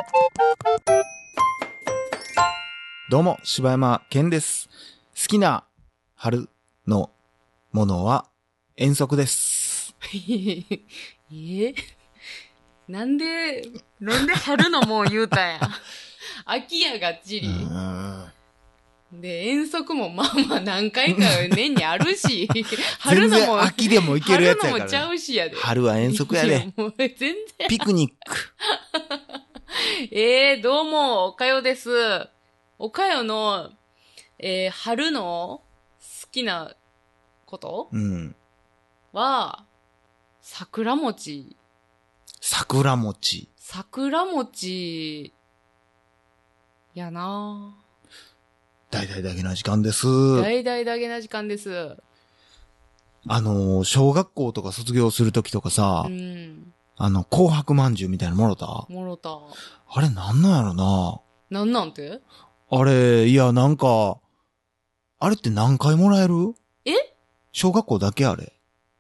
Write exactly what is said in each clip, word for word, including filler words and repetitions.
どうも、柴山健です。好きな春のものは遠足です。 えー、なんで、なんで春のもん言うたんや。秋やがっちり。で、遠足もまあまあ何回か年にあるし、 春のも全然秋でも行けるやつやから、ね。 春のもちゃうしやで。 春は遠足やで。 いやもう全然。 ピクニック。 えー、どうも、おかよです。おかよの、えー、春の好きなことうん。 は、桜餅。 桜餅。 桜餅、やなぁ。 大々だけな時間です。 大々だけな時間です。 あの、小学校とか卒業するときとかさ、うん、あの、紅白まんじゅうみたいなのもろたもろた。 あれなんなんやろな。 なんなんてあれ、いや、なんか、あれって何回もらえる？ え？ 小学校だけあれ。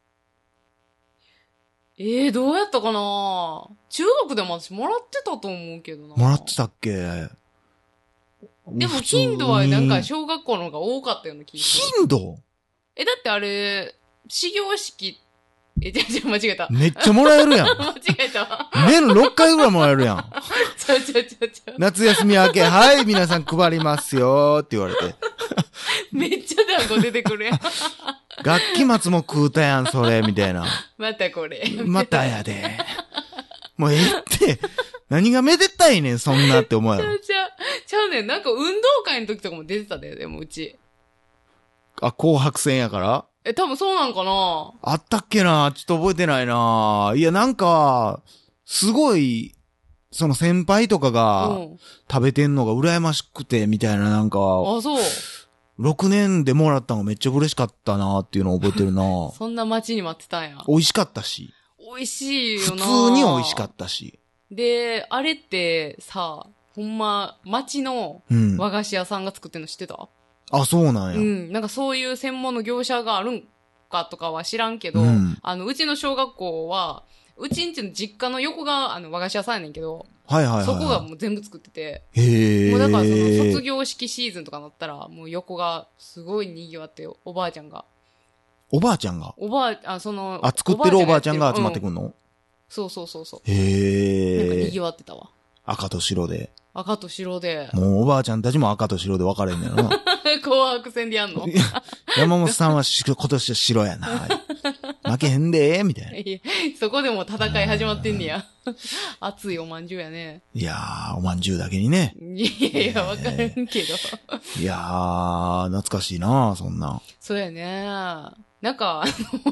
えー、どうやったかな？中学でも私もらってたと思うけどな。 もらってたっけ？ でも頻度はなんか小学校の方が多かったような気がする。頻度？ え、だってあれ、始業式、え、じゃじゃ間違えた。 めっちゃもらえるやん。 間違えた。 年ろっかいぐらいもらえるやん。 ちゃちゃちゃちゃ。 夏休み明け、はい、皆さん配りますよって言われて。 めっちゃ団子出てくるやん。 学期末も食うたやん、それ、みたいな。 またこれ。 またやで。もうええって、何がめでたいねん、そんなって思うやろ。 ちゃう、ちゃうねん。なんか運動会の時とかも出てたで、でもうち。 あ、紅白戦やからえ、多分そうなんかな。 あったっけな、ちょっと覚えてないな。いや、なんか、すごい、その先輩とかが、食べてんのが羨ましくて、みたいな、なんか、 あ、そう。 ろくねんでもらったのがめっちゃ嬉しかったなっていうのを覚えてるな。 そんな待ちに待ってたんや。 美味しかったし。 美味しいよな。 普通に美味しかったし。 で、あれってさ、ほんま、町の和菓子屋さんが作ってんの知ってた？ うん、あ、そうなんや。 うん。なんかそういう専門の業者があるんかとかは知らんけど、うん、あの、うちの小学校は、うちんちの実家の横があの和菓子屋さんやねんけど、 はいはいはい、はい。 そこがもう全部作ってて。 へー。 もうだからその卒業式シーズンとかなったら、もう横がすごい賑わってよ、おばあちゃんが。 おばあちゃんがおばあ、あ、その、 あ、作ってるおばあちゃんが集まってくんの？うん、 そうそうそうそう。 へー。 なんか賑わってたわ。 赤と白で。 赤と白で。 もうおばあちゃんたちも赤と白で分かれんねやろな。 紅白戦でやんの？ 山本さんは今年は白やな。負けへんでー、みたいな。 いや、そこでも戦い始まってんねや。熱いおまんじゅうやね。 いやー、おまんじゅうだけにね。 いやいや、わかるんけど。 いやー、懐かしいなそんな。 そうやね。なんか、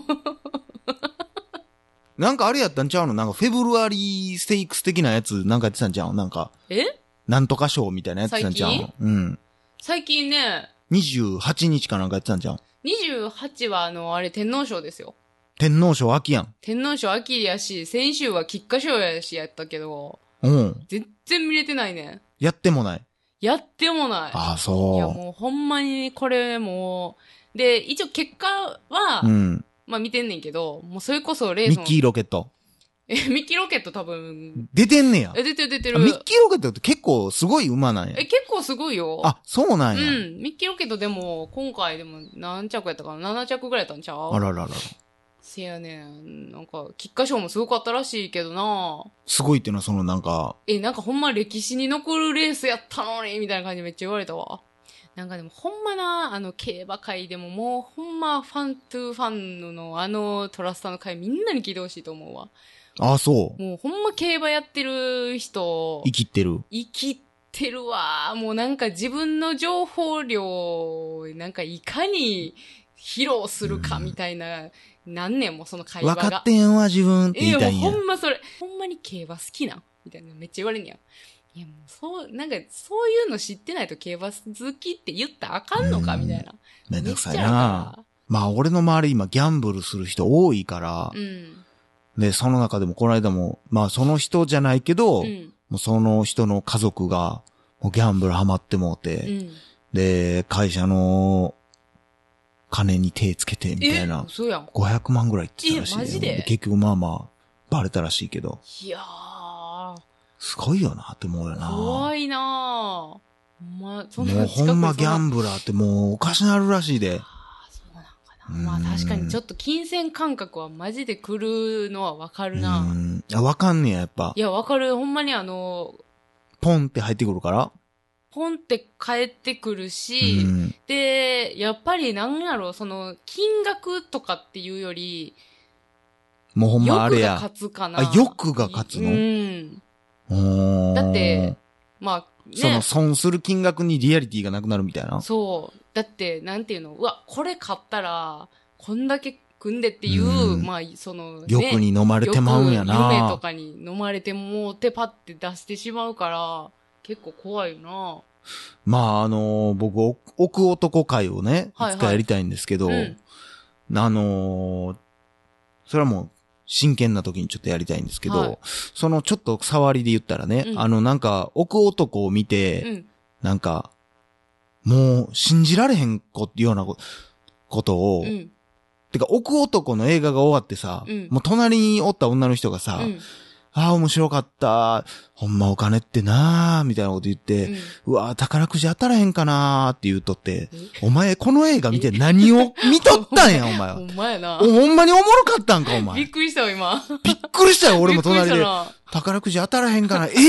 なんかあれやったんちゃうの？なんかフェブルアリーステイクス的なやつなんかやってたんちゃうの？なんか。 え？ なんとかショーみたいなやつやってたんちゃうの？うん。 最近ね。 にじゅうはちにちかなんかやってたんちゃう？ にじゅうはちはあの、あれ天皇賞ですよ。 天皇賞秋やん。 天皇賞秋やし、先週は菊花賞やしやったけど。 うん。 全然見れてないね。 やってもない。 やってもない。 ああ、そう。 いやもうほんまにこれもう、で、一応結果は、うん。まあ見てんねんけど、もうそれこそレースの。 ミッキーロケット。 え、ミッキーロケット多分。 出てんねや。 え、出てる出てる。 ミッキーロケットって結構すごい馬なんや。 え、結構すごいよ。 あ、そうなんや。 うん。ミッキーロケットでも、今回でも何着やったかな？ なな 着ぐらいやったんちゃう？ あらららら。 せやねん。なんか、菊花賞もすごかったらしいけどな。 すごいっていうのはそのなんか。 え、なんかほんま歴史に残るレースやったのに、みたいな感じでめっちゃ言われたわ。なんかでもほんまな、あの競馬界でももうほんまファントゥーファンのあのトラスターの回みんなに聞いてほしいと思うわ。 ああ、そう。 もうほんま競馬やってる人。 生きってる。 生きってるわ。もうなんか自分の情報量をなんかいかに披露するかみたいな、うん、何年もその会話が。 分かってんわ自分って言いたいんや。 えー、もうほんまそれ。ほんまに競馬好きなんみたいなめっちゃ言われんねや。いやもうそう、なんかそういうの知ってないと競馬好きって言ったらあかんのかみたいな。 めんどくさいな。まあ俺の周り今ギャンブルする人多いから、うん、で、その中でもこの間も、まあその人じゃないけど、うん、もうその人の家族がもうギャンブルハマってもうて、うん、で、会社の金に手つけてみたいな。 そうやん。 ごひゃくまんぐらいって言ったらしい。 え、マジで？ 結局まあまあ、バレたらしいけど。 いやー。 すごいよなって思うよな。 怖いなぁ。ほんま、そんなもうほんまギャンンブラーってもうおかしなるらしいで。 ああ、そうなんかな。まあ確かにちょっと金銭感覚はマジで来るのはわかるな。 うん。いや、わかんねや、やっぱ。 いや、わかる。ほんまにあの、 ポンって入ってくるからポンって帰ってくるし、うん、で、やっぱりなんやろ、その、金額とかっていうより、 もうほんまあれや。 欲が勝つかな。 あ、欲が勝つの？ うん。だって、まあ、ね、 その損する金額にリアリティがなくなるみたいな。 そう。だって、なんていうの、うわ、これ買ったら、こんだけ組んでっていう、うん、まあ、その、ね、 欲に飲まれてまうんやな。 夢とかに飲まれてもうてパッて出してしまうから、結構怖いよな。 まあ、あのー、僕、奥男会をね、いつかやりたいんですけど、はいはいうん、あのー、それはもう、真剣な時にちょっとやりたいんですけど、はい、そのちょっと触りで言ったらね、うん、あのなんか、奥男を見て、うん、なんか、もう信じられへんこっていうようなことを、うん、てか奥男の映画が終わってさ、うん、もう隣におった女の人がさ、うんああ、面白かった。ほんまお金ってなーみたいなこと言って、うん、うわー宝くじ当たらへんかなーって言うとって、お前この映画見て何を見とったんや、お前は。 ほんまやな。 ほんまにおもろかったんか、お前。 びっくりしたよ、今。 びっくりしたよ、俺も隣で。宝くじ当たらへんかな。えって。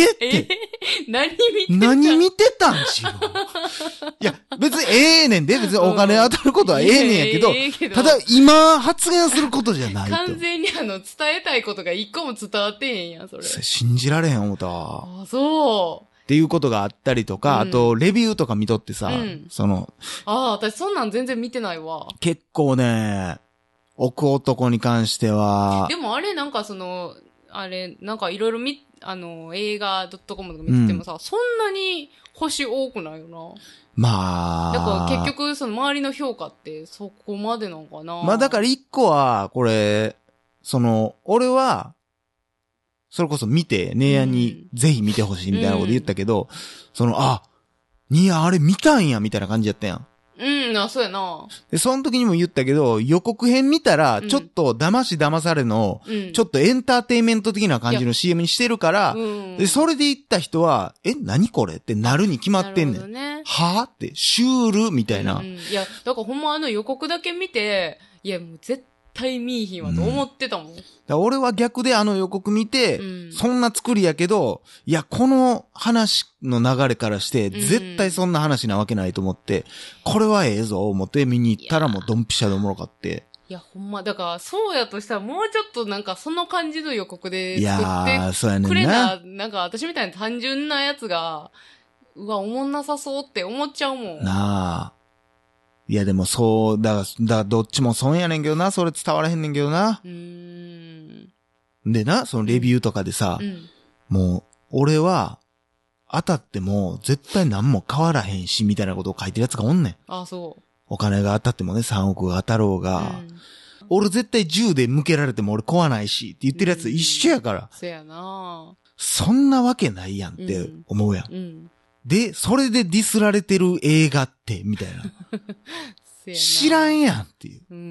え何見てたん何見てたんしよ。いや、別にええねんで、別にお金当たることはええねんやけど、うんええけどただ今発言することじゃないと。 完全にあの、伝えたいことが一個も伝わってへんやん、それ。 信じられへん思ったわ。 あ、そう。 っていうことがあったりとか、うん、あと、レビューとか見とってさ、うん、その。 ああ、私そんなん全然見てないわ。 結構ね、奥男に関しては。 でもあれなんかその、あれ、なんかいろいろ見、あの、映画 .com とか見ててもさ、うん、そんなに星多くないよな。 まあ。 だから結局その周りの評価ってそこまでなのかな。 まあだから一個は、これ、その、俺は、それこそ見て、姉やんにぜひ見てほしいみたいなこと言ったけど、うん、その、あ、ニーヤあれ見たんや、みたいな感じやったやん。 うん、あ、そうやな。 で、その時にも言ったけど、予告編見たら、ちょっと騙し騙されの、うん、ちょっとエンターテインメント的な感じの シーエム にしてるから、うん、で、それで言った人は、え、何これってなるに決まってんねん。ね、はぁって、シュールみたいな、うん。 いや、だからほんまあの予告だけ見て、いや、もう絶対見いひんわと思ってたもん。うん、 だ俺は逆であの予告見て、うん、そんな作りやけど、いや、この話の流れからして、絶対そんな話なわけないと思って、うん、これはええぞ、思って見に行ったらもうドンピシャでおもろかって。 いや、ほんま、だから、そうやとしたらもうちょっとなんかその感じの予告で作ってくれな、なんか私みたいな単純なやつが、うわ、おもんなさそうって思っちゃうもん。 なあ。いやでもそう、だから、だからどっちも損やねんけどな、それ伝わらへんねんけどな。うーん。でな、そのレビューとかでさ、うん、もう、俺は、当たっても絶対何も変わらへんし、みたいなことを書いてるやつがおんねん。 あ、そう。 お金が当たってもね、さんおくが当たろうが、うん、俺絶対銃で向けられても俺壊ないし、って言ってるやつ一緒やから。 そやな。 そんなわけないやんって思うやん。うんうんで、それでディスられてる映画って、みたいな。せやな知らんやんっていう。 うん、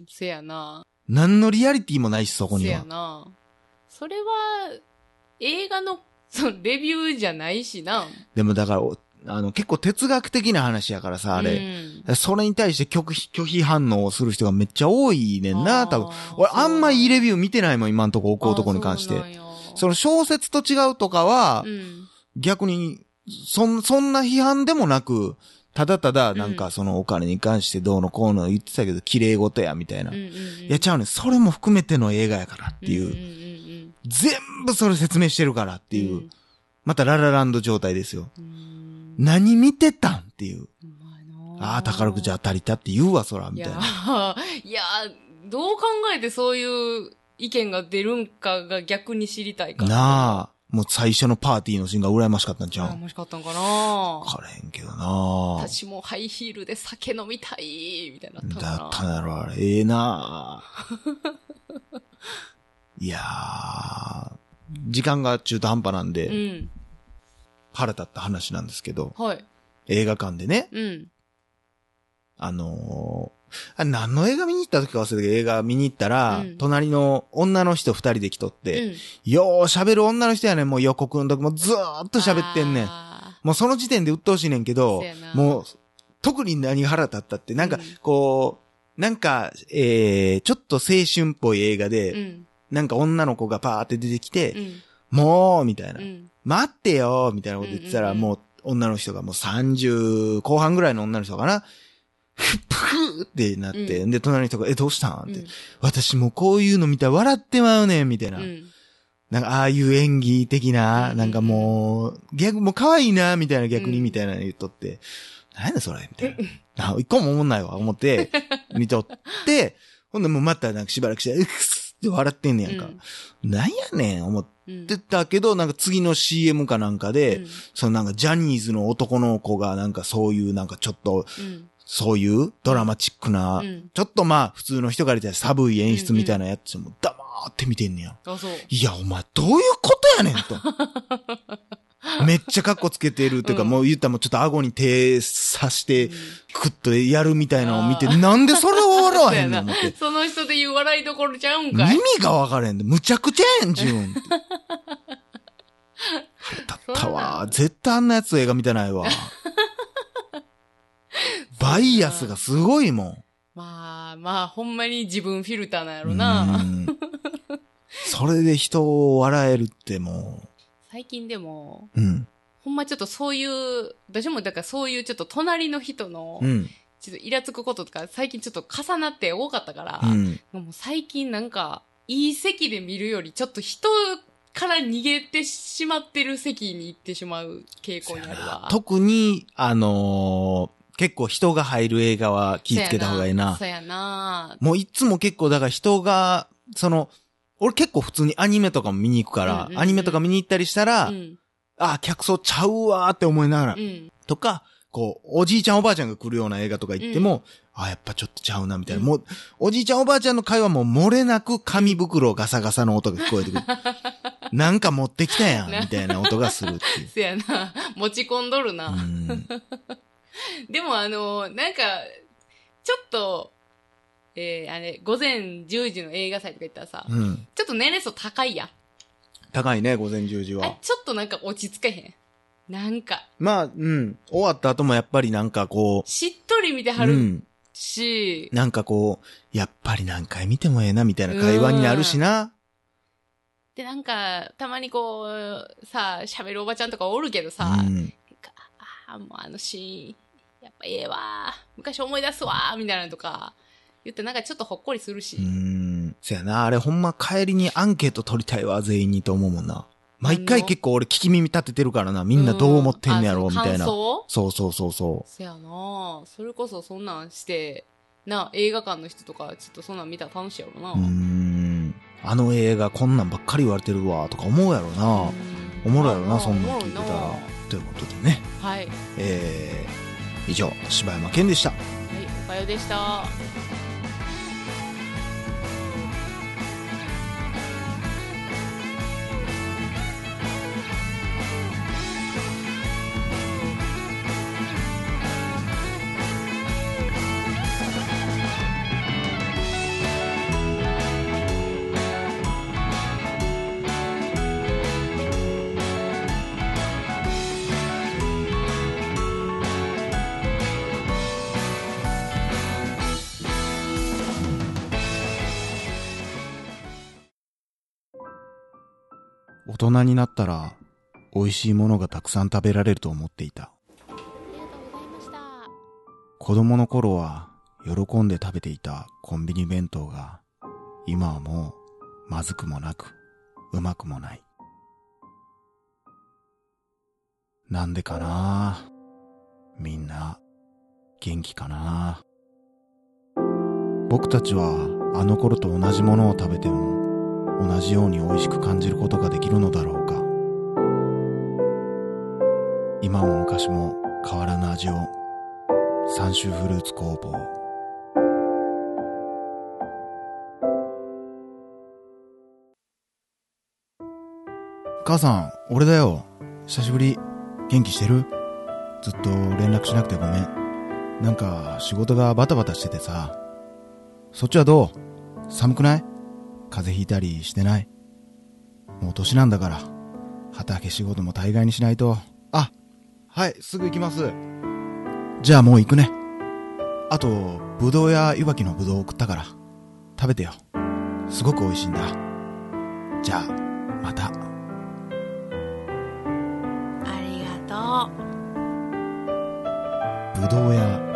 せやな。 何のリアリティもないし、そこには。 せやな。それは、映画の、その、レビューじゃないしな。 でもだから、あの、結構哲学的な話やからさ、あれ。うん、それに対して拒否、拒否反応をする人がめっちゃ多いねんな、多分。俺、あんまいいレビュー見てないもん、今んとこ、奥男に関して。そ, その小説と違うとかは、うん、逆に、そん、そんな批判でもなく、ただただ、なんかそのお金に関してどうのこうの言ってたけど、綺麗事や、みたいな。うんうんうん、やっちゃうね。それも含めての映画やからっていう。うんうんうん、全部それ説明してるからっていう。うん、またララランド状態ですよ。うん、何見てたんっていう。ああ、宝くじ当たりたって言うわ、そら、みたいな。いや、いやどう考えてそういう意見が出るんかが逆に知りたいから。 なあ。もう最初のパーティーのシーンが羨ましかったんちゃう？ 羨ましかったんかな？ わからへんけどな。 私もハイヒールで酒飲みたいみたいなったかな。 だったなろ、あれ。ええないやー、時間が中途半端なんで、うん、腹立った話なんですけど、はい、映画館でね、うん、あのー、 あ、何の映画見に行った時か忘れたけど、映画見に行ったら、うん、隣の女の人二人で来とって、うん、よー喋る女の人やねん、もう予告の時もずーっと喋ってんねん。もうその時点で鬱陶しいねんけど、もう、特に何が腹立ったって、なんか、こう、うん、なんか、えー、ちょっと青春っぽい映画で、うん、なんか女の子がパーって出てきて、うん、もう、みたいな、うん、待ってよ、みたいなこと言ってたら、うんうんうん、もう女の人がもうさんじゅうこう半ぐらいの女の人かな、プーってなって、うん、で、隣の人が、え、どうしたんって、うん、私もうこういうの見たら笑ってまうねん、みたいな。うん、なんか、ああいう演技的な、うん、なんかもう、逆、もう可愛いな、みたいな逆に、みたいなの言っとって、うん、何やねんそれみたいな。あ、一個も思んないわ、思って、見とって、ほんでもうまたなんかしばらくして、うっすって笑ってんねやんか。うん、なんやねん、思ってたけど、なんか次の シーエム かなんかで、うん、そのなんかジャニーズの男の子がなんかそういうなんかちょっと、うんそういうドラマチックな、うん、ちょっとまあ普通の人から言ったら寒い演出みたいなやつも黙って見てんねや。あ、そう。いや、お前どういうことやねんと。めっちゃカッコつけてるっていうか、うん、もう言ったらもうちょっと顎に手刺して、クッとやるみたいなのを見て、うん、なんでそれを笑わへんの思って。 その人で言う笑いどころちゃうんかい。 耳が分からへんで、むちゃくちゃやん、自分。だったわ。絶対あんなやつ映画見てないわ。バイアスがすごいもん。 まあ、まあ、ほんまに自分フィルターなんやろな。 それで人を笑えるってもう。 最近でも、うん、ほんまちょっとそういう、私もだからそういうちょっと隣の人の、ちょっとイラつくこととか最近ちょっと重なって多かったから、うん、もう最近なんか、いい席で見るよりちょっと人から逃げてしまってる席に行ってしまう傾向にあるわ。 特に、あのー、結構人が入る映画は気ぃつけた方がいいな。 そうやな。 もういつも結構だから人が、その、俺結構普通にアニメとかも見に行くから、うんうんうん、アニメとか見に行ったりしたら、うん、あ、客層ちゃうわーって思いながら、うん、とか、こう、おじいちゃんおばあちゃんが来るような映画とか行っても、うん、あ、やっぱちょっとちゃうなみたいな、うん、もう、おじいちゃんおばあちゃんの会話も漏れなく紙袋ガサガサの音が聞こえてくる。なんか持ってきたやんみたいな音がするっていう。 そやな。持ち込んどるな。うんでもあの、なんか、ちょっと、えー、あれ、午前じゅうじの映画祭とか言ったらさ、うん、ちょっと年齢層高いやん。 高いね、午前じゅうじは。 あ、ちょっとなんか落ち着けへん。なんか。 まあ、うん。終わった後もやっぱりなんかこう。しっとり見てはるし、 うん。なんかこう、やっぱり何回見てもええな、みたいな会話になるしな。 で、なんか、たまにこう、さ、喋るおばちゃんとかおるけどさ、うん、あ、もうあのシーン、やっぱええわ昔思い出すわみたいなのとか言ってなんかちょっとほっこりするし。うーん。そやな、あれほんま帰りにアンケート取りたいわ、全員にと思うもんな。毎回結構俺聞き耳立ててるからな、みんなどう思ってんねやろ、みたいな。そうそうそうそう。 そやな、それこそそんなんして、な、映画館の人とかちょっとそんなん見たら楽しいやろな。 うーん。あの映画こんなんばっかり言われてるわ、とか思うやろな。おもろいやろな、そんなん聞いてたら。ということでね。 はい。 えー、以上、柴山健でした。はい、 おかよでした。 大人になったら美味しいものがたくさん食べられると思っていた。 ありがとうございました。 子供の頃は喜んで食べていたコンビニ弁当が今はもうまずくもなくうまくもない。なんでかな。みんな元気かな。僕たちはあの頃と同じものを食べても同じように美味しく感じることができるのだろうか。今も昔も変わらぬ味を。三州フルーツ工房。母さん、俺だよ。久しぶり。元気してる？ずっと連絡しなくてごめん。なんか仕事がバタバタしててさ。 そっちはどう？寒くない？風邪ひいたりしてない？もう年なんだから、畑仕事も大概にしないと。あ、はい、すぐ行きます。じゃあもう行くね。あと、ぶどうやいわきのぶどうを送ったから、食べてよ。すごく美味しいんだ。じゃあ、また。 ありがとう。 ぶどうや